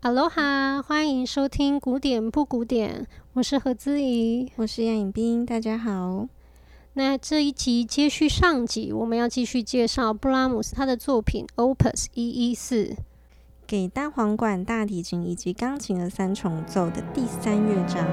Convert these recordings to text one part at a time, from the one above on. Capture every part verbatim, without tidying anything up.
Aloha，欢迎收听古典不古典，我是何姿怡， 我是杨颖冰，大家好。 那这一集接续上集，我们要继续介绍布拉姆斯他的作品 Opus 一一四， 给单簧管、大提琴以及钢琴的三重奏的第三乐章。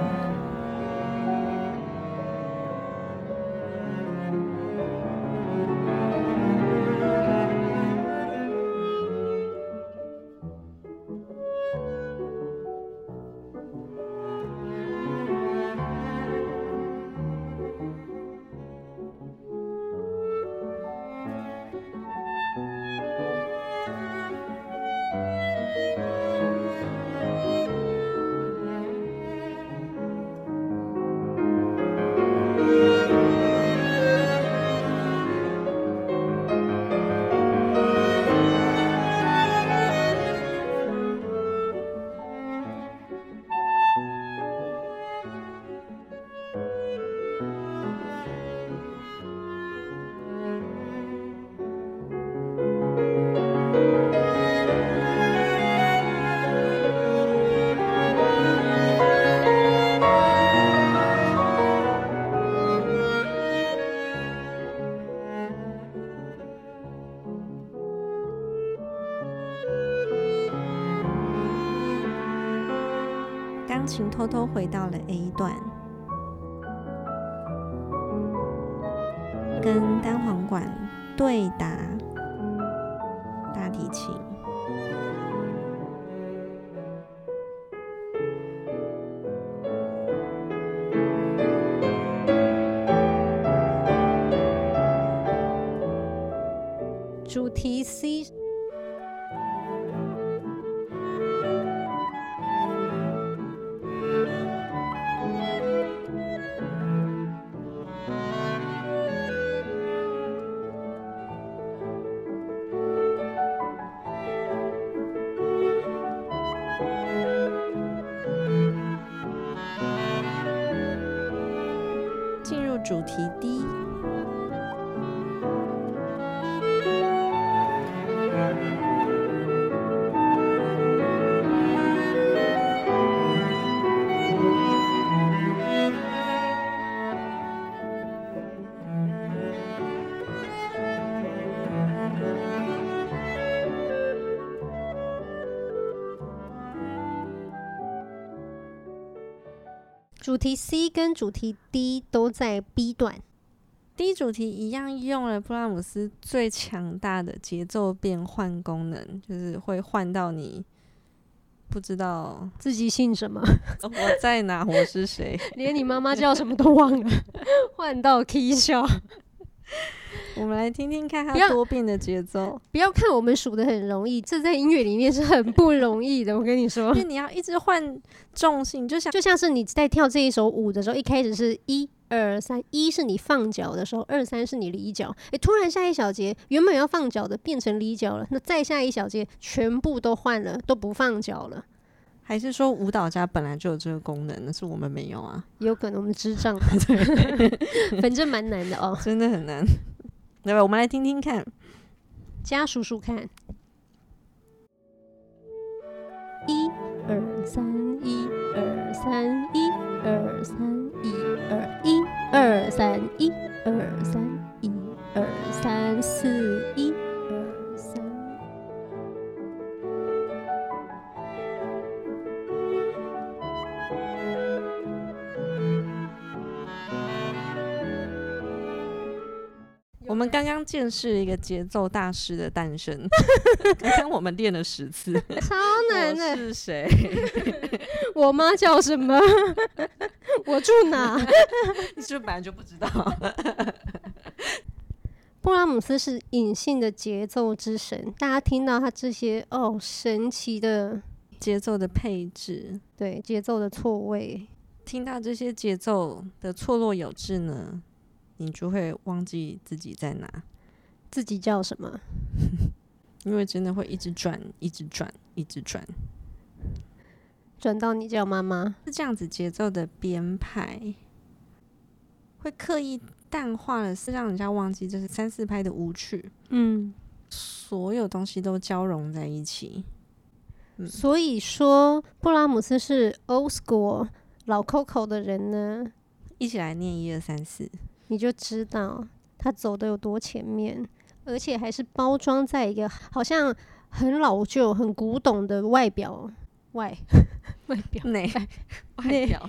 钢琴偷偷回到了 A 段，跟单簧管对打大提琴。 主题 C。 进入主题 D。 主题 C 跟主题 D 都在 B 段。 第一主题一样用了布拉姆斯最强大的节奏变换功能，就是会换到你不知道自己姓什么我在哪，我是谁， 连你妈妈叫什么都忘了，换到 K 笑。 我们来听听看它多变的节奏。 不要看我们数得很容易，这在音乐里面是很不容易的。我跟你说， 因为你要一直换重心，就像就像是你在跳这一首舞的时候，一开始是一二三，一是你放脚的时候，二三是你离脚。哎，突然下一小节原本要放脚的变成离脚了，那再下一小节全部都换了，都不放脚了。 还是说舞蹈家本来就有这个功能，但是我们没有啊？ 有可能我们智障，反正蛮难的哦， 真的很难。对吧？我们来听听看， 加数数看，一二三，一二三，一二三，一二一二三，一二三，一二三四，一二三。 我们刚刚见识了一个节奏大师的诞生。刚刚我们练了十次， 超难的。 我是谁？ 我妈叫什么？我住哪？ 你是不是本来就不知道？ 布拉姆斯是隐性的节奏之神，大家听到他这些哦神奇的节奏的配置， 对节奏的错位， 听到这些节奏的错落有致呢，你就会忘记自己在哪， 自己叫什么， 因为真的会一直转，一直转，一直转， 转到你叫妈妈。 是这样子节奏的编排，会刻意淡化了，是让人家忘记这是三四拍的舞曲。 嗯， 所有东西都交融在一起， 嗯、 所以说布拉姆斯是 old school 老 Coco 的人呢， 一起来念一二三四， 你就知道他走的有多前面，而且还是包装在一个好像很老旧、很古董的外表外外表内外表。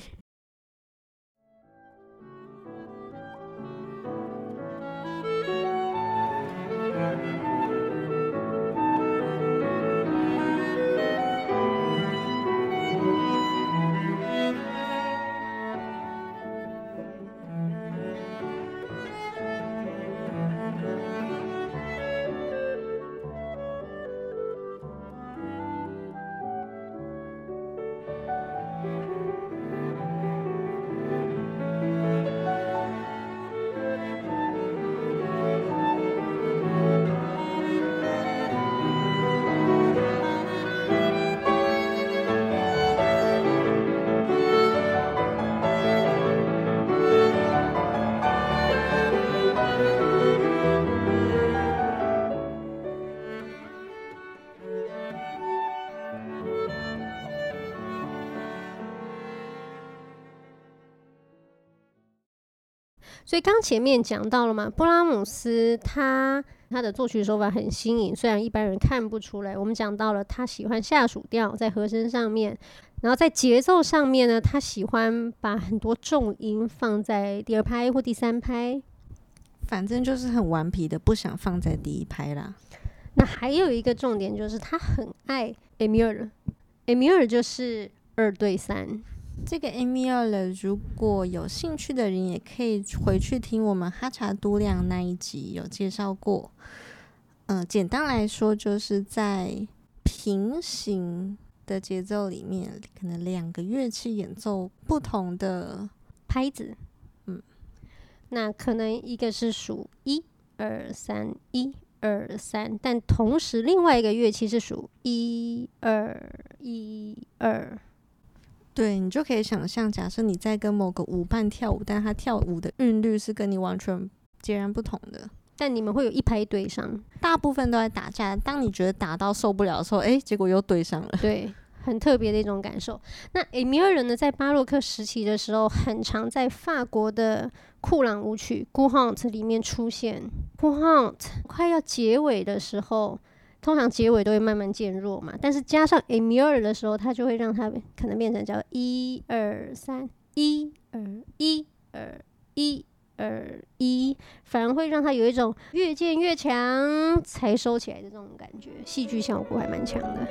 所以刚前面讲到了嘛，布拉姆斯他他的作曲手法很新颖，虽然一般人看不出来。我们讲到了他喜欢下属调在和声上面，然后在节奏上面呢，他喜欢把很多重音放在第二拍或第三拍， 反正就是很顽皮的不想放在第一拍啦。 那还有一个重点就是他很爱 Émile Émile 就是二对三。 这个 Émile 如果有兴趣的人也可以回去听我们哈查都量那一集有介绍过。嗯，简单来说就是在平行的节奏里面，可能两个乐器演奏不同的拍子。 嗯， 那可能一个是数一二三一二三，但同时另外一个乐器是数一二一二。 对，你就可以想象，假设你在跟某个舞伴跳舞，但他跳舞的韵律是跟你完全截然不同的， 但你们会有一拍对上， 大部分都在打架。当你觉得打到受不了的时候，哎，结果又对上了。 对，很特别的一种感受。那 Émile 呢，在巴洛克时期的时候，很常在法国的库朗舞曲 Courante 里面出现。Courante 快要结尾的时候，通常结尾都会慢慢渐弱嘛，但是加上 Émile 的时候，它就会让它可能变成叫一二三一二一二一二一，反而会让它有一种越渐越强才收起来的这种感觉，戏剧效果还蛮强的。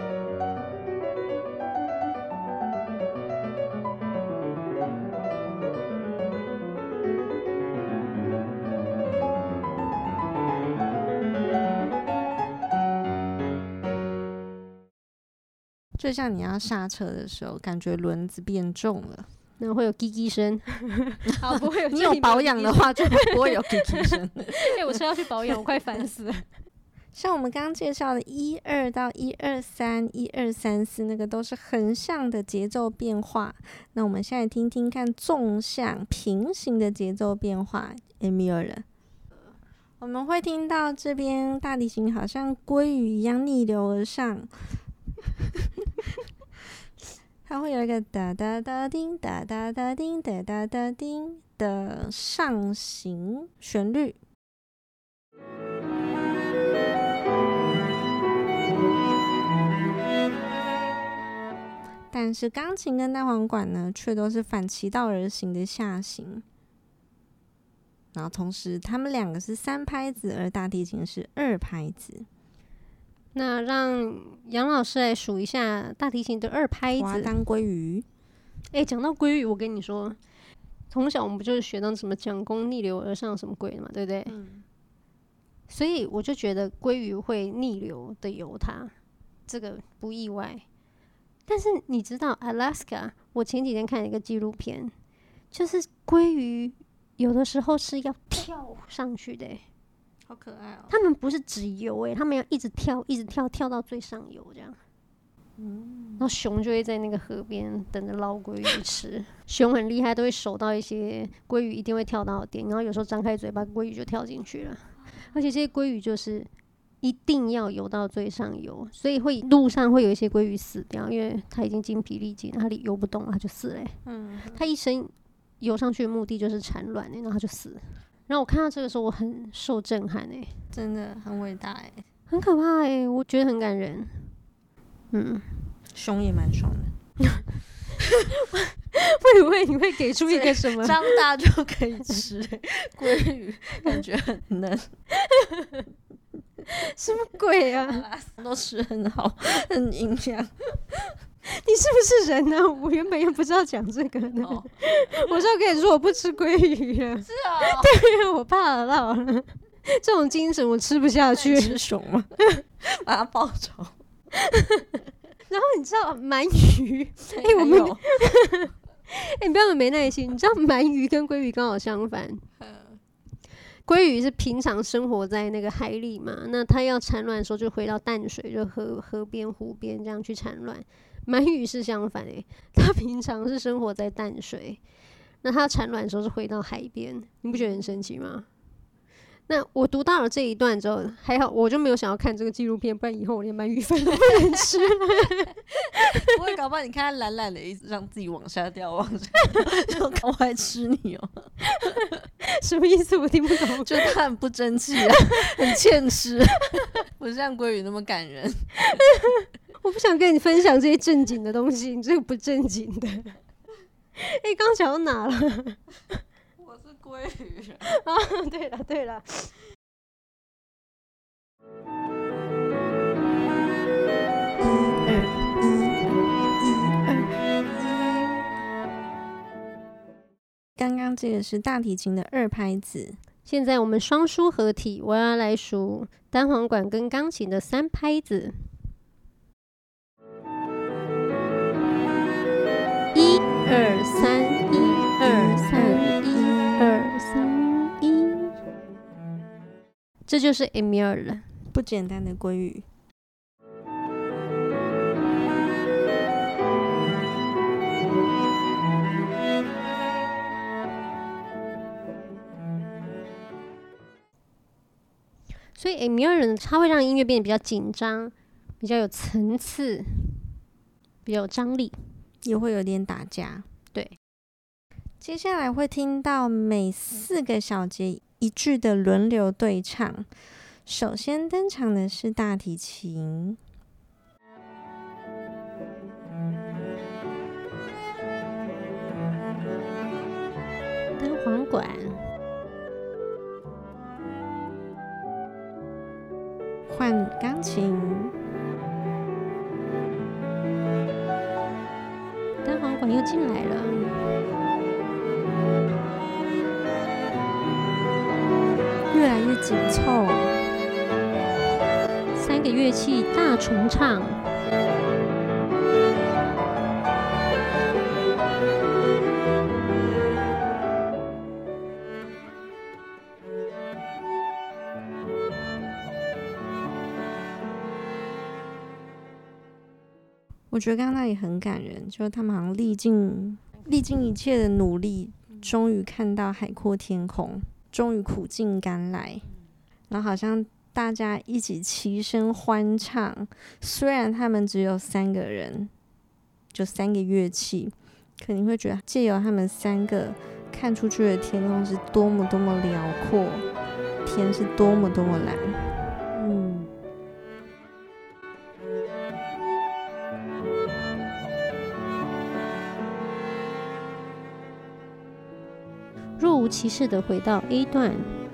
就像你要刹车的时候，感觉轮子变重了， 然后会有叽叽声。好，不会有。 你有保养的话，就不会有叽叽声。 哎、欸，我车要去保养，我快烦死了。 像我们刚刚介绍的一二到一二三、一二三四，那个都是横向的节奏变化。那我们现在听听看纵向、平行的节奏变化。Émile，我们会听到这边大提琴好像鲑鱼一样逆流而上。它会有一个哒哒哒叮哒哒哒叮哒哒哒叮的上行旋律，但是钢琴跟单簧管呢，却都是反其道而行的下行。然后同时，他们两个是三拍子，而大提琴是二拍子。 那让杨老师来数一下大提琴的二拍子。 华当鲑鱼。 哎、欸，讲到鲑鱼，我跟你说，从小我们不就是学到什么蒋公逆流而上什么鬼的嘛，对不对？嗯。所以我就觉得鲑鱼会逆流的游它，这个不意外。但是你知道 Alaska， 我前几天看了一个纪录片，就是鲑鱼有的时候是要跳上去的、欸。 好可爱哦！ 他们不是只游诶、欸，他们要一直跳，一直跳，跳到最上游这样。嗯，然后熊就会在那个河边等着捞鲑鱼吃。熊很厉害，都会守到一些鲑鱼一定会跳到的点，然后有时候张开嘴巴，鲑鱼就跳进去了。而且这些鲑鱼就是一定要游到最上游，所以会路上会有一些鲑鱼死掉，因为它已经精疲力尽，它游不动了，它就死了、欸。嗯，它一生游上去的目的就是产卵、欸，然后它就死了。然后我看到这个时候，我很受震撼、欸， 真的很伟大、欸， 很可怕、欸，我觉得很感人。嗯， 胸也蛮爽的。 会不会你会给出一个什么？ 长大就可以吃鲑鱼，感觉很嫩。 什么鬼啊？ 都吃很好，很营养。 你是不是人呢、啊？我原本也不知道讲这个呢。Oh. 我是要跟你说我不吃鲑鱼了。 是啊、哦。 对啊，我怕到了。这种精神我吃不下去。 你吃熊吗？把它爆炒。 然后你知道鳗鱼？哎、欸，我们哎、欸，你不要那么没耐心。你知道鳗鱼跟鲑鱼刚好相反。鲑鱼是平常生活在那个海里嘛，那它要产卵的时候就回到淡水，就河河边、湖边这样去产卵。鳗鱼是相反诶、欸，它平常是生活在淡水，那它产卵的时候是回到海边，你不觉得很神奇吗？那我读到了这一段之后，还好我就没有想要看这个纪录片，不然以后我连鳗鱼饭都不能吃了。 不会，搞不好你看它懒懒的，一直让自己往下掉，往下掉，就我还吃你哦、喔。 什么意思？我听不懂。 就它很不争气啊，很欠吃，不像鲑鱼那么感人。 我不想跟你分享这些正经的东西，你这个不正经的。哎、欸，刚讲到哪了？ 我是鲑鱼啊！对了对了。 刚刚这个是大提琴的二拍子， 现在我们双抒合体，我要来数单簧管跟钢琴的三拍子。一二三，一二三，一二三，一。这就是 Emile 了， 不简单的鲑鱼。 所以 Emile 它会让音乐变得比较紧张，比较有层次，比较有张力， 也会有点打架。 对， 接下来会听到每四个小节一句的轮流对唱。首先登场的是大提琴， 单簧管， 换钢琴， 单簧管又进来了， 越来越紧凑， 三个乐器大重唱。 我觉得刚刚那里很感人，就是他们好像历尽历尽一切的努力，终于看到海阔天空，终于苦尽甘来，然后好像大家一起齐声欢唱。虽然他们只有三个人，就三个乐器，可你会觉得借由他们三个看出去的天空是多么多么辽阔，天是多么多么蓝。嗯。 若无其事地回到 A 段，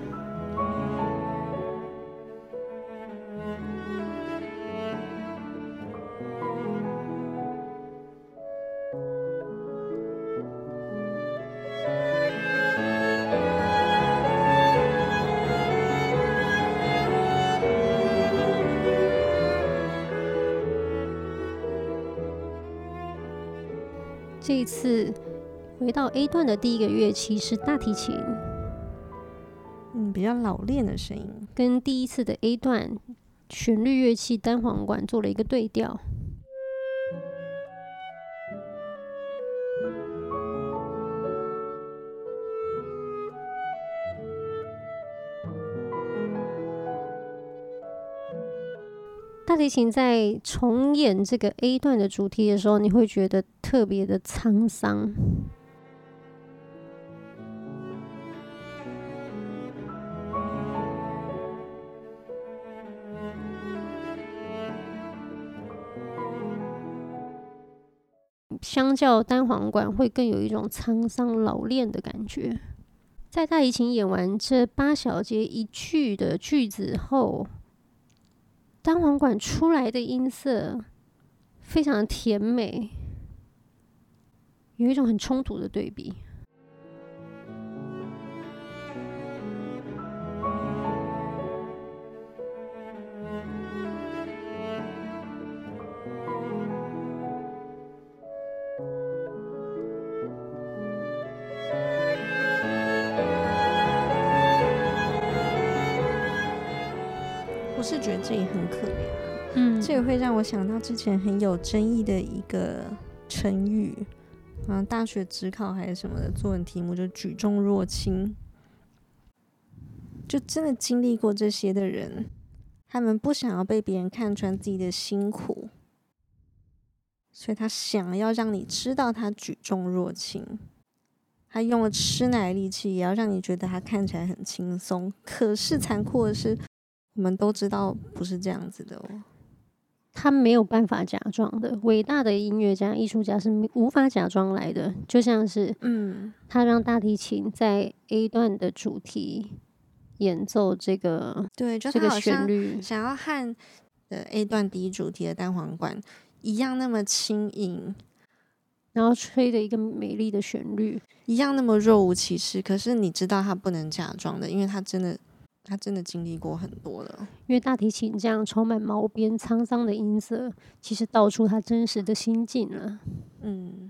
这一次回到 A 段的第一个乐器是大提琴， 嗯，比较老练的声音， 跟第一次的 A 段旋律乐器单簧管做了一个对调。 大提琴在重演这个 A 段的主题的时候，你会觉得特别的沧桑。相较单簧管会更有一种沧桑老练的感觉。在大提琴演完这八小节一句的句子后，单簧管出来的音色非常的甜美，有一种很冲突的对比。 我是觉得这也很可怜啊， 嗯， 这也会让我想到之前很有争议的一个成语，嗯，大学指考还是什么的作文题目就举重若轻，就真的经历过这些的人，他们不想要被别人看穿自己的辛苦，所以他想要让你知道他举重若轻，他用了吃奶力气，也要让你觉得他看起来很轻松。可是残酷的是，我们都知道不是这样子的哦。 他没有办法假装的，伟大的音乐家、艺术家是无法假装来的。就像是，嗯，他让大提琴在 A 段的主题演奏这个， 对，就这个他好像旋律， 想要和的 A 段第一主题的单簧管一样那么轻盈， 然后吹的一个美丽的旋律， 一样那么若无其事。可是你知道他不能假装的，因为他真的。他真的经历过很多了， 因为大提琴这样充满毛边沧桑的音色，其实道出他真实的心境了。嗯。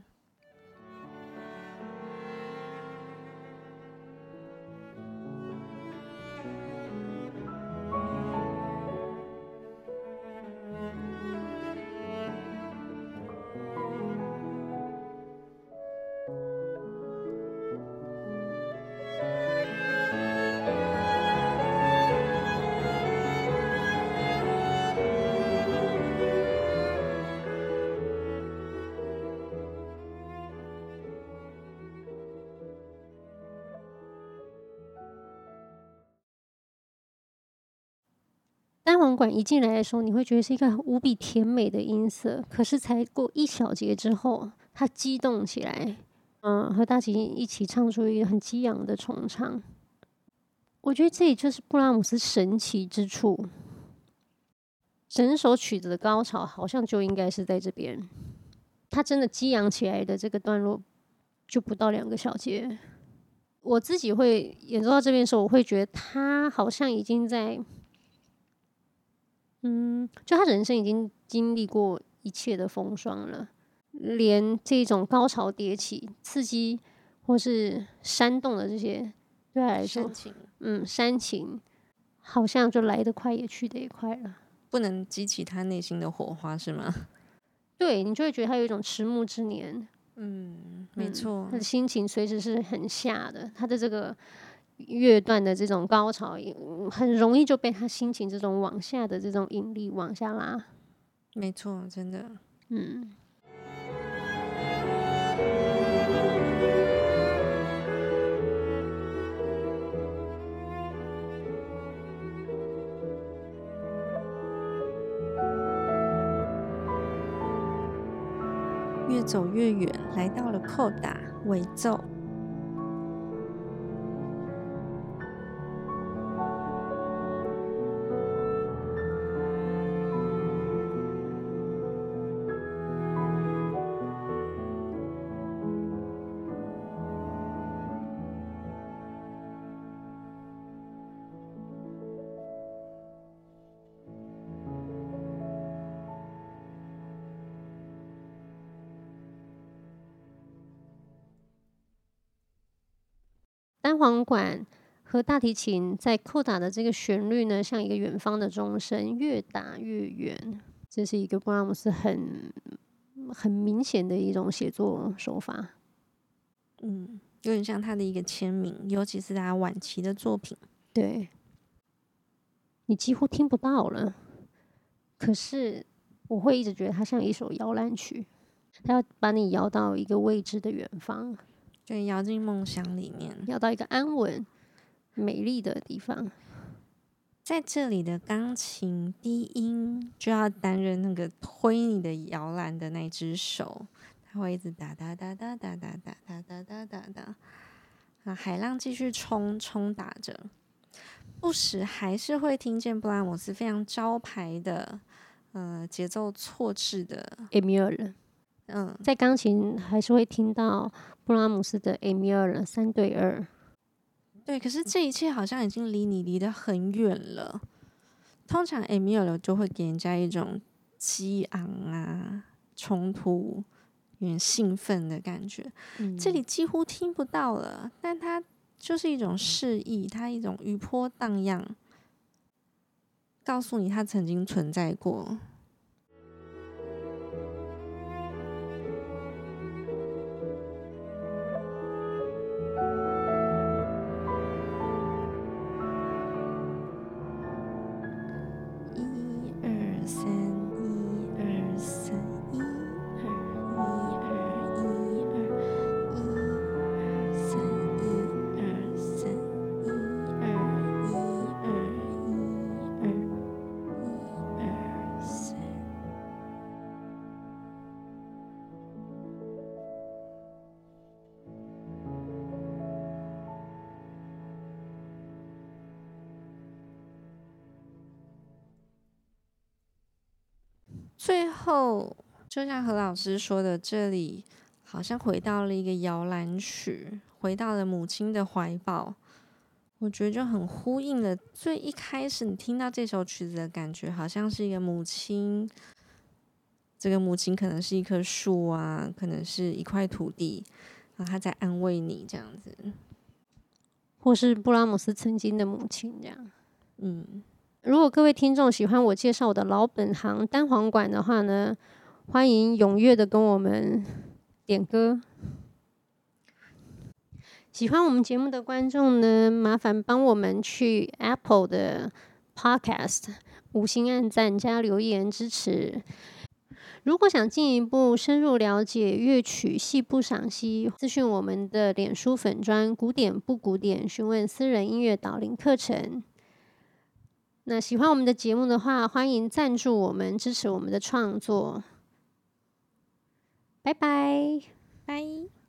单簧管一进来的时候，你会觉得是一个无比甜美的音色，可是才过一小节之后，它激动起来，嗯，和大提琴一起唱出一个很激昂的重唱。我觉得这也就是布拉姆斯神奇之处，整首曲子的高潮好像就应该是在这边，它真的激昂起来的这个段落就不到两个小节。我自己会演奏到这边的时候，我会觉得他好像已经在。嗯，就他人生已经经历过一切的风霜了，连这种高潮迭起、刺激或是煽动的这些，对他来说， 煽情， 嗯，煽情好像就来得快也去得也快了， 不能激起他内心的火花，是吗？ 对，你就会觉得他有一种迟暮之年。 嗯，没错， 嗯，他的心情随时是很下的，他的这个。乐段的这种高潮，很容易就被他心情这种往下的这种引力往下拉。 没错，真的。嗯。越走越远，来到了扣打尾奏。 单簧管和大提琴在扣打的这个旋律呢，像一个远方的钟声，越打越远。这是一个布拉姆斯很很明显的一种写作手法。 嗯，有点像他的一个签名，尤其是他晚期的作品。 对，你几乎听不到了。 可是我会一直觉得它像一首摇篮曲，它要把你摇到一个未知的远方， 对，摇进梦乡里面， 摇到一个安稳美丽的地方。 在这里的钢琴低音就要担任那个推你的摇篮的那只手，它会一直哒哒哒哒哒哒哒哒哒哒哒哒，啊，海浪继续冲冲打着，不时还是会听见布拉姆斯非常招牌的呃节奏错置的 A minor， 嗯， 在钢琴还是会听到布拉姆斯的 A minor 三对二。 对，可是这一切好像已经离你离得很远了。通常 A minor 就会给人家一种激昂啊、冲突、有点兴奋的感觉。 嗯、 这里几乎听不到了，但它就是一种示意，它一种余波荡漾，告诉你它曾经存在过。最后，就像何老师说的，这里好像回到了一个摇篮曲，回到了母亲的怀抱。我觉得就很呼应了最一开始你听到这首曲子的感觉，好像是一个母亲。这个母亲可能是一棵树啊，可能是一块土地，然后她在安慰你这样子， 或是布拉姆斯曾经的母亲这样。 嗯。 如果各位听众喜欢我介绍我的老本行单簧管的话呢，欢迎踊跃的跟我们点歌。喜欢我们节目的观众呢，麻烦帮我们去 Apple 的 Podcast 五星按赞加留言支持。如果想进一步深入了解乐曲细部赏析，咨询我们的脸书粉专古典不古典，询问私人音乐导聆课程。那喜欢我们的节目的话，欢迎赞助我们，支持我们的创作。拜拜， 拜。